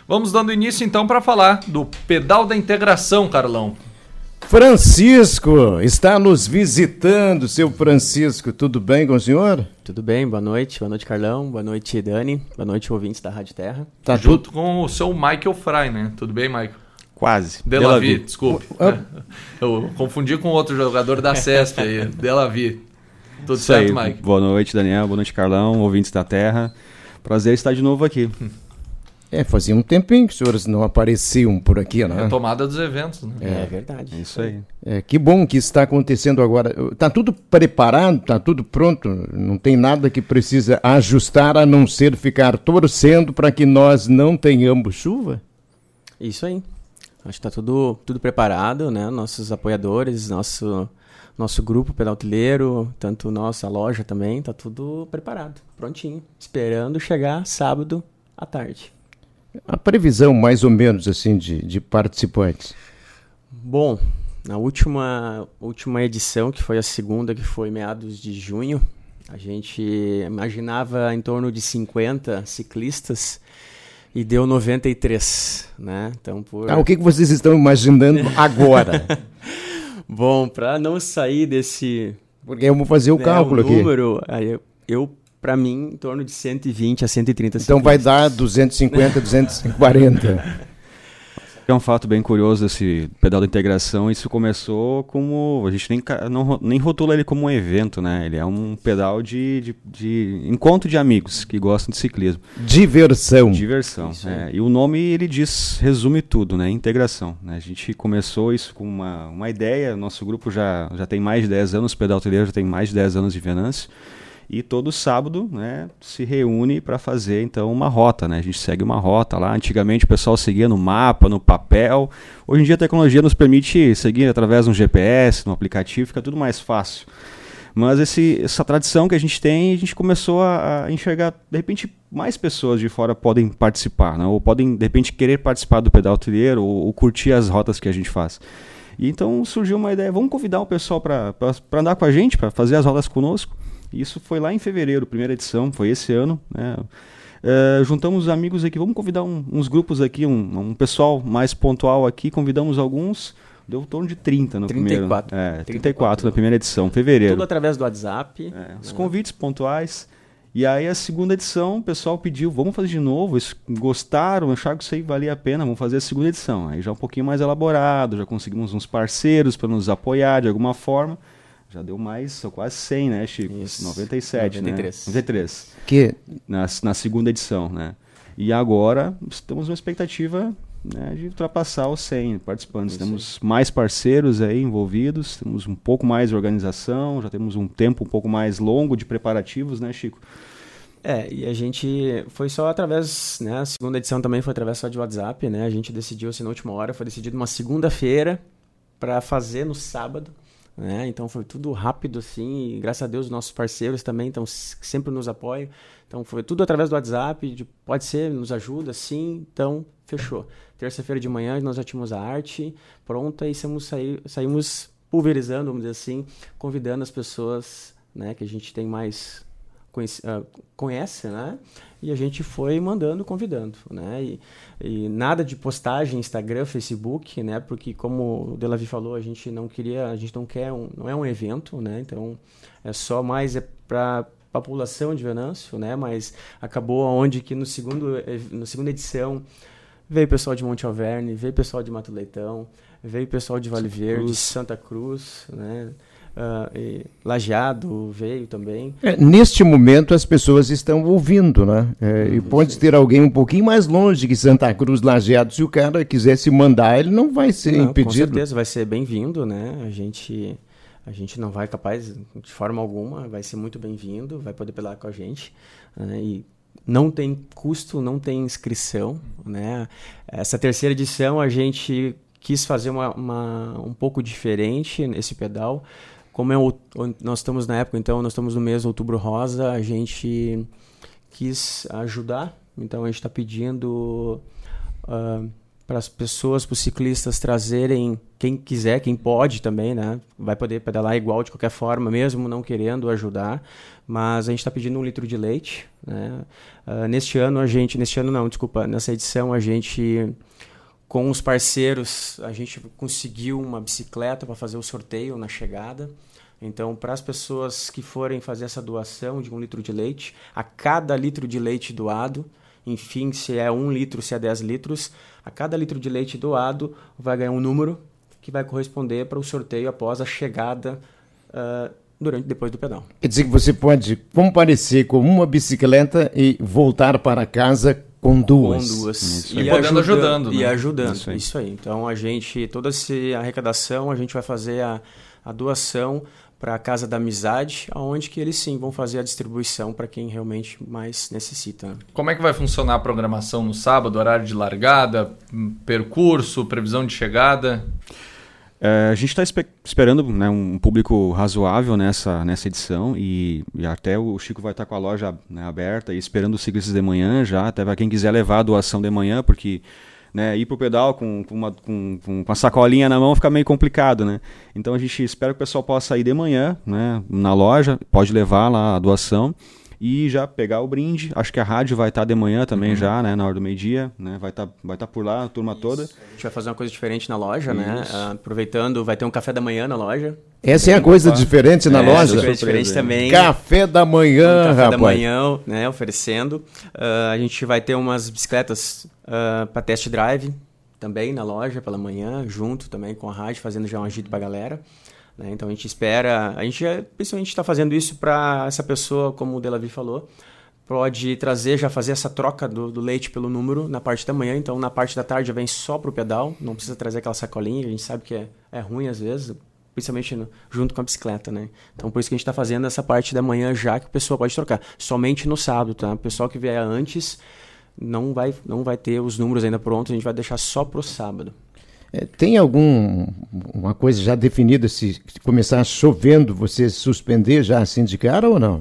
Vamos dando início então para falar do Pedal da Integração, Carlão. Francisco está nos visitando. Seu Francisco, tudo bem com o senhor? Tudo bem, boa noite Carlão, boa noite Dani, boa noite ouvintes da Rádio Terra. Tá junto com o seu Michael Fry, né? Tudo bem, Michael? Quase. Delavi, desculpe. Eu confundi com outro jogador da CESP aí, Delavi. Tudo certo, Mike? Boa noite, Daniel, boa noite, Carlão, ouvintes da Terra. Prazer estar de novo aqui. Fazia um tempinho que os senhores não apareciam por aqui, né? Retomada dos eventos, né? É verdade. É isso aí. Que bom que está acontecendo agora. Está tudo preparado, está tudo pronto. Não tem nada que precisa ajustar a não ser ficar torcendo para que nós não tenhamos chuva? Isso aí. Acho que está tudo preparado, né? Nossos apoiadores, nosso grupo pedaltileiro, tanto nossa loja também, está tudo preparado, prontinho, esperando chegar sábado à tarde. A previsão, mais ou menos, assim, de participantes? Bom, na última edição, que foi a segunda, que foi meados de junho, a gente imaginava em torno de 50 ciclistas e deu 93, né? Então, o que vocês estão imaginando agora? Bom, para não sair desse... Porque eu vou fazer o cálculo aqui. Número, eu para mim, em torno de 120 a 130 Então vai dar 250, 240. É um fato bem curioso esse pedal da integração. Isso começou como... A gente nem rotula ele como um evento, né? Ele é um pedal de encontro de amigos que gostam de ciclismo. Diversão. E o nome, ele resume tudo, né? Integração. Né? A gente começou isso com uma ideia. Nosso grupo já tem mais de 10 anos, o pedal trilheiro já tem mais de 10 anos de Venâncio. E todo sábado, né, se reúne para fazer então uma rota, né? A gente segue uma rota lá. Antigamente o pessoal seguia no mapa, no papel. Hoje em dia a tecnologia nos permite seguir através de um GPS, no aplicativo, fica tudo mais fácil. Mas essa tradição que a gente tem, a gente começou a enxergar, de repente, mais pessoas de fora podem participar, né? Ou podem, de repente, querer participar do pedal trilheiro ou curtir as rotas que a gente faz. E então surgiu uma ideia, vamos convidar o pessoal para andar com a gente, para fazer as rotas conosco. Isso foi lá em fevereiro, primeira edição, foi esse ano, né? Juntamos os amigos aqui, vamos convidar uns grupos aqui, um pessoal mais pontual aqui, convidamos alguns, deu em torno de 30 no 34. primeiro. 34 na primeira edição, fevereiro. Tudo através do WhatsApp. Os convites pontuais. E aí a segunda edição, o pessoal pediu, vamos fazer de novo, gostaram, acharam que isso aí valia a pena, vamos fazer a segunda edição. Aí já um pouquinho mais elaborado, já conseguimos uns parceiros para nos apoiar de alguma forma. Já deu mais, quase 100, né, Chico? Isso. 97, 93. Né? 93. Que? Na segunda edição, né? E agora estamos numa expectativa, né, de ultrapassar os 100 participantes. Isso. Temos mais parceiros aí envolvidos, temos um pouco mais de organização, já temos um tempo um pouco mais longo de preparativos, né, Chico? E a gente foi só através, né, a segunda edição também foi através só de WhatsApp, né? A gente decidiu assim na última hora, foi decidido uma segunda-feira para fazer no sábado. Então foi tudo rápido assim, e graças a Deus os nossos parceiros também sempre nos apoiam, então foi tudo através do WhatsApp, pode ser, nos ajuda, sim, então fechou. Terça-feira de manhã nós já tínhamos a arte pronta e saímos pulverizando, vamos dizer assim, convidando as pessoas, né, que a gente tem mais conhece, né? E a gente foi convidando, né? E nada de postagem, Instagram, Facebook, né? Porque como o Delavi falou, a gente não quer, não é um evento, né? Então é só mais para a população de Venâncio, né? Mas acabou onde que na segunda edição veio o pessoal de Monte Alverne, veio o pessoal de Mato Leitão, veio o pessoal de Vale Verde, Santa Cruz, né? Lajeado veio também. Neste momento as pessoas estão ouvindo, né? E pode ter alguém um pouquinho mais longe que Santa Cruz, Lajeado, se o cara quiser se mandar, ele não vai ser impedido. Com certeza, vai ser bem-vindo, né? A gente não vai capaz, de forma alguma, vai ser muito bem-vindo, vai poder pedalar com a gente, né? E não tem custo, não tem inscrição, né? Essa terceira edição a gente quis fazer um pouco diferente nesse pedal. Como nós estamos na época, então, nós estamos no mês Outubro Rosa, a gente quis ajudar, então a gente está pedindo para as pessoas, para os ciclistas trazerem, quem quiser, quem pode também, né? Vai poder pedalar igual de qualquer forma, mesmo não querendo ajudar, mas a gente está pedindo 1 litro de leite, né? Nessa edição a gente, com os parceiros, a gente conseguiu uma bicicleta para fazer o sorteio na chegada. Então, para as pessoas que forem fazer essa doação de 1 litro de leite, a cada litro de leite doado, enfim, se é 1 litro, se é 10 litros, a cada litro de leite doado vai ganhar um número que vai corresponder para o sorteio após a chegada depois do pedal. Quer dizer que você pode comparecer com uma bicicleta e voltar para casa com duas. Com duas. E podendo ajudando. E né? ajudando, isso aí. Então, toda essa arrecadação, a gente vai fazer a doação para a Casa da Amizade, onde que eles sim vão fazer a distribuição para quem realmente mais necessita. Como é que vai funcionar a programação no sábado? Horário de largada, percurso, previsão de chegada? A gente está esperando, né, um público razoável nessa edição e até o Chico vai estar com a loja, né, aberta e esperando os ciclistas de manhã já, até para quem quiser levar a doação de manhã, porque, né, ir para o pedal com uma sacolinha na mão fica meio complicado, né? Então a gente espera que o pessoal possa ir de manhã, né, na loja, pode levar lá a doação e já pegar o brinde. Acho que a rádio vai estar de manhã também já, né, na hora do meio-dia, né, vai estar por lá, a turma toda. A gente vai fazer uma coisa diferente na loja, né? Aproveitando, vai ter um café da manhã na loja. Essa é a coisa diferente na loja? Coisa diferente também. Café da manhã, café rapaz. Da manhã, né, oferecendo. A gente vai ter umas bicicletas para test drive também na loja pela manhã, junto também com a rádio, fazendo já um agito para a galera. Então a gente espera, principalmente está fazendo isso para essa pessoa, como o Delavi falou, pode trazer, já fazer essa troca do leite pelo número na parte da manhã, então na parte da tarde já vem só para o pedal, não precisa trazer aquela sacolinha, a gente sabe que é ruim às vezes, principalmente junto com a bicicleta, né? Então por isso que a gente está fazendo essa parte da manhã já que a pessoa pode trocar, somente no sábado, tá? O pessoal que vier antes não vai ter os números ainda prontos, a gente vai deixar só para o sábado. Tem uma coisa já definida, se começar chovendo, você suspender já, se indicar ou não?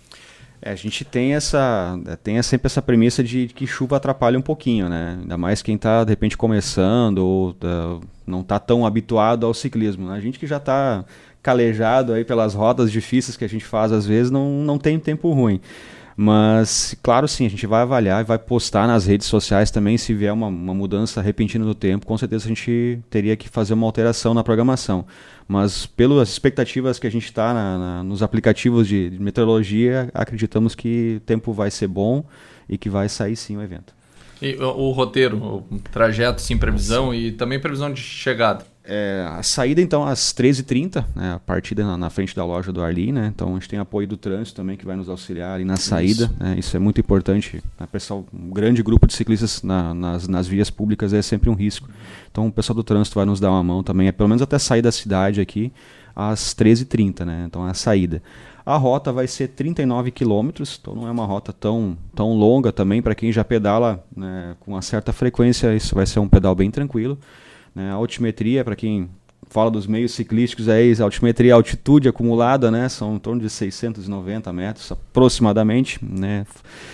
A gente tem sempre essa premissa de que chuva atrapalha um pouquinho, né? Ainda mais quem está, de repente, começando ou não está tão habituado ao ciclismo, né? A gente que já está calejado aí pelas rotas difíceis que a gente faz às vezes, não tem tempo ruim. Mas, claro, sim, a gente vai avaliar e vai postar nas redes sociais também se vier uma mudança repentina do tempo. Com certeza a gente teria que fazer uma alteração na programação. Mas, pelas expectativas que a gente está nos aplicativos de meteorologia, acreditamos que o tempo vai ser bom e que vai sair sim o evento. E o roteiro, o trajeto, sim, previsão e também previsão de chegada? A saída, então, às 13h30, né, a partida na frente da loja do Arli, né? Então a gente tem apoio do trânsito também que vai nos auxiliar ali na saída. Isso é muito importante. Pessoal, um grande grupo de ciclistas nas vias públicas é sempre um risco. Então o pessoal do trânsito vai nos dar uma mão também, pelo menos até sair da cidade aqui às 13h30, né? Então é a saída. A rota vai ser 39 quilômetros, então não é uma rota tão longa também. Para quem já pedala, né, com uma certa frequência, isso vai ser um pedal bem tranquilo. A altimetria, para quem fala dos meios ciclísticos, a altimetria, a altitude acumulada, né, são em torno de 690 metros aproximadamente, né?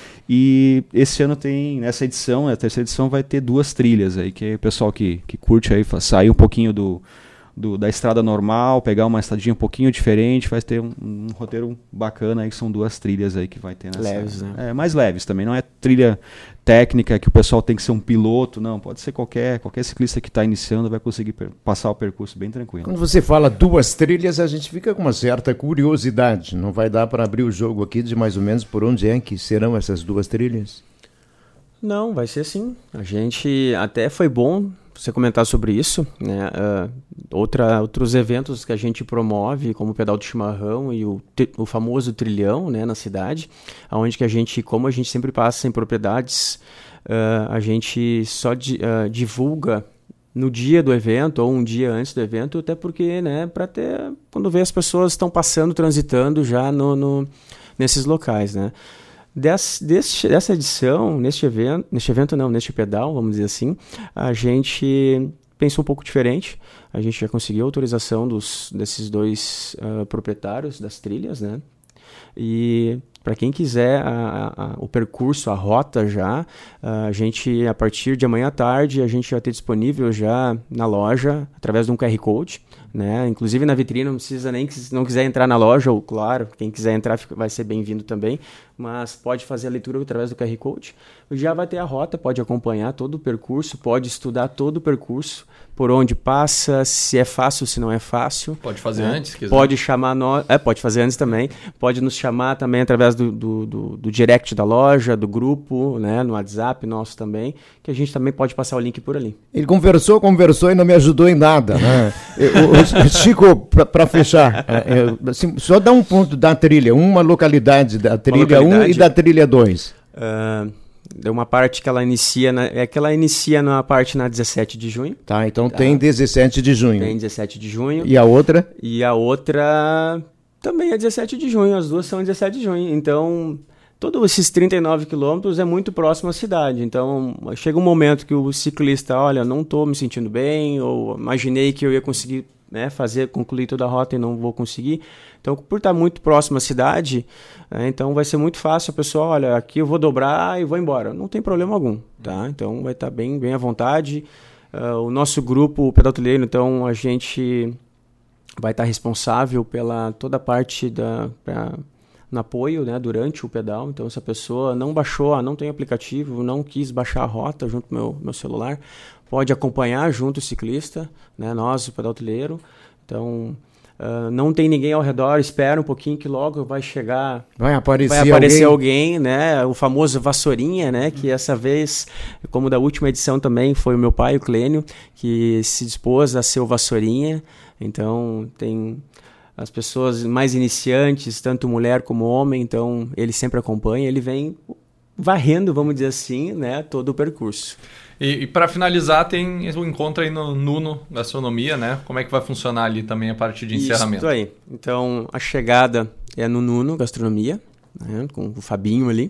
E esse ano nessa edição, a terceira edição, vai ter 2 trilhas aí, que o pessoal que curte aí sair um pouquinho da estrada normal, pegar uma estradinha um pouquinho diferente, vai ter um roteiro bacana aí, que são 2 trilhas aí que vai ter nessa... Leves, né? Mais leves também, não é trilha técnica que o pessoal tem que ser um piloto, não, pode ser qualquer ciclista que está iniciando vai conseguir passar o percurso bem tranquilo. Quando você fala 2 trilhas, a gente fica com uma certa curiosidade, não vai dar para abrir o jogo aqui de mais ou menos por onde é que serão essas 2 trilhas? Não, vai ser sim. A gente até foi bom você comentar sobre isso, né? Outros eventos que a gente promove, como o Pedal do Chimarrão e o famoso trilhão, né, na cidade, onde que como a gente sempre passa em propriedades, a gente só divulga no dia do evento ou um dia antes do evento, até porque, né, para ter, quando vê as pessoas estão passando, transitando já nesses locais, né? Dessa edição, neste pedal, vamos dizer assim, a gente pensou um pouco diferente. A gente já conseguiu a autorização desses 2 proprietários das trilhas, né? E para quem quiser o percurso, a rota já, a gente, a partir de amanhã à tarde, a gente vai ter disponível já na loja, através de um QR Code, né? Inclusive na vitrine, não precisa nem, se não quiser entrar na loja, ou claro, quem quiser entrar vai ser bem-vindo também, mas pode fazer a leitura através do QR Code, já vai ter a rota, pode acompanhar todo o percurso, pode estudar todo o percurso, por onde passa, se é fácil, se não é fácil. Pode fazer antes, se quiser. Pode chamar nós, pode fazer antes também, pode nos chamar também através do direct da loja, do grupo, né, no WhatsApp nosso também, que a gente também pode passar o link por ali. Ele conversou e não me ajudou em nada, né? Chico, para fechar, assim, só dá um ponto da trilha, uma localidade da trilha 1 e da trilha 2. É uma parte que ela inicia, na parte na 17 de junho. Tá, então tem 17 de junho. Tem 17 de junho. E a outra? E a outra também é 17 de junho, as duas são 17 de junho. Então, todos esses 39 quilômetros é muito próximo à cidade. Então, chega um momento que o ciclista, olha, não estou me sentindo bem, ou imaginei que eu ia conseguir, né, concluir toda a rota e não vou conseguir. Então, por estar muito próximo à cidade, então vai ser muito fácil a pessoa, olha, aqui eu vou dobrar e vou embora. Não tem problema algum, tá? Então, vai estar bem à vontade. O nosso grupo, o Pedal Trilheiro, então, a gente vai estar responsável pela toda a parte no apoio, né, durante o pedal. Então, se a pessoa não baixou, não tem aplicativo, não quis baixar a rota junto com meu celular, pode acompanhar junto o ciclista, né, nós, o Pedal Trilheiro. Então, não tem ninguém ao redor, espera um pouquinho que logo vai chegar, vai aparecer alguém, né, o famoso vassourinha, né, que essa vez, como da última edição também, foi o meu pai, o Clênio, que se dispôs a ser o vassourinha. Então, tem as pessoas mais iniciantes, tanto mulher como homem, então ele sempre acompanha, ele vem varrendo, vamos dizer assim, né, todo o percurso. E para finalizar, tem o encontro aí no Nuno Gastronomia, né? Como é que vai funcionar ali também a partir de encerramento? Isso aí. Então, a chegada é no Nuno Gastronomia, né, com o Fabinho ali.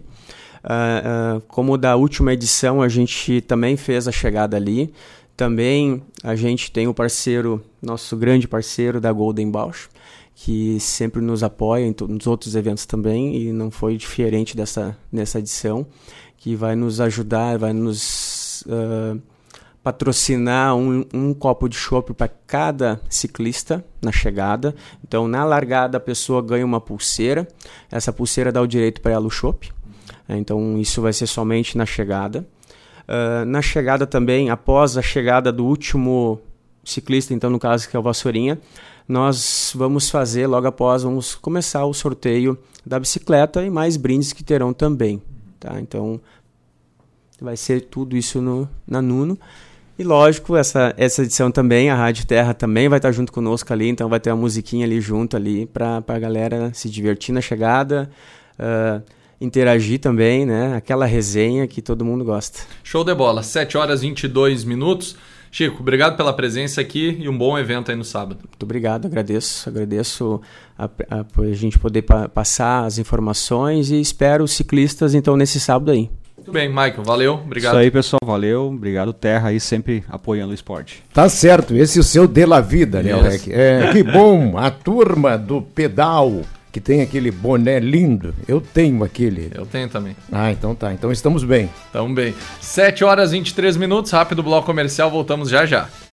Como da última edição, a gente também fez a chegada ali. Também a gente tem o parceiro, nosso grande parceiro da Golden Bausch, que sempre nos apoia nos outros eventos também, e não foi diferente nessa edição, que vai nos ajudar, vai nos patrocinar um copo de chopp para cada ciclista na chegada. Então, na largada, a pessoa ganha uma pulseira. Essa pulseira dá o direito para ela o chopp. Então, isso vai ser somente na chegada. Na chegada também, após a chegada do último ciclista, então no caso que é o Vassourinha, nós vamos fazer, logo após, vamos começar o sorteio da bicicleta e mais brindes que terão também. Tá? Então, vai ser tudo isso na Nuno. E lógico, essa edição também, a Rádio Terra também vai estar junto conosco ali, então vai ter uma musiquinha ali junto ali para a galera se divertir na chegada, interagir também, né? Aquela resenha que todo mundo gosta. Show de bola, 7 horas e 22 minutos. Chico, obrigado pela presença aqui e um bom evento aí no sábado. Muito obrigado, agradeço a gente poder passar as informações e espero os ciclistas então nesse sábado aí. Muito bem, Michael, valeu, obrigado. Isso aí, pessoal, valeu, obrigado, Terra aí sempre apoiando o esporte. Tá certo, esse é o seu De La Vida, né, Rec? Que bom, a turma do pedal, que tem aquele boné lindo, eu tenho aquele. Eu tenho também. Então tá, então estamos bem. Estamos bem. 7 horas e 23 minutos, rápido bloco comercial, voltamos já já.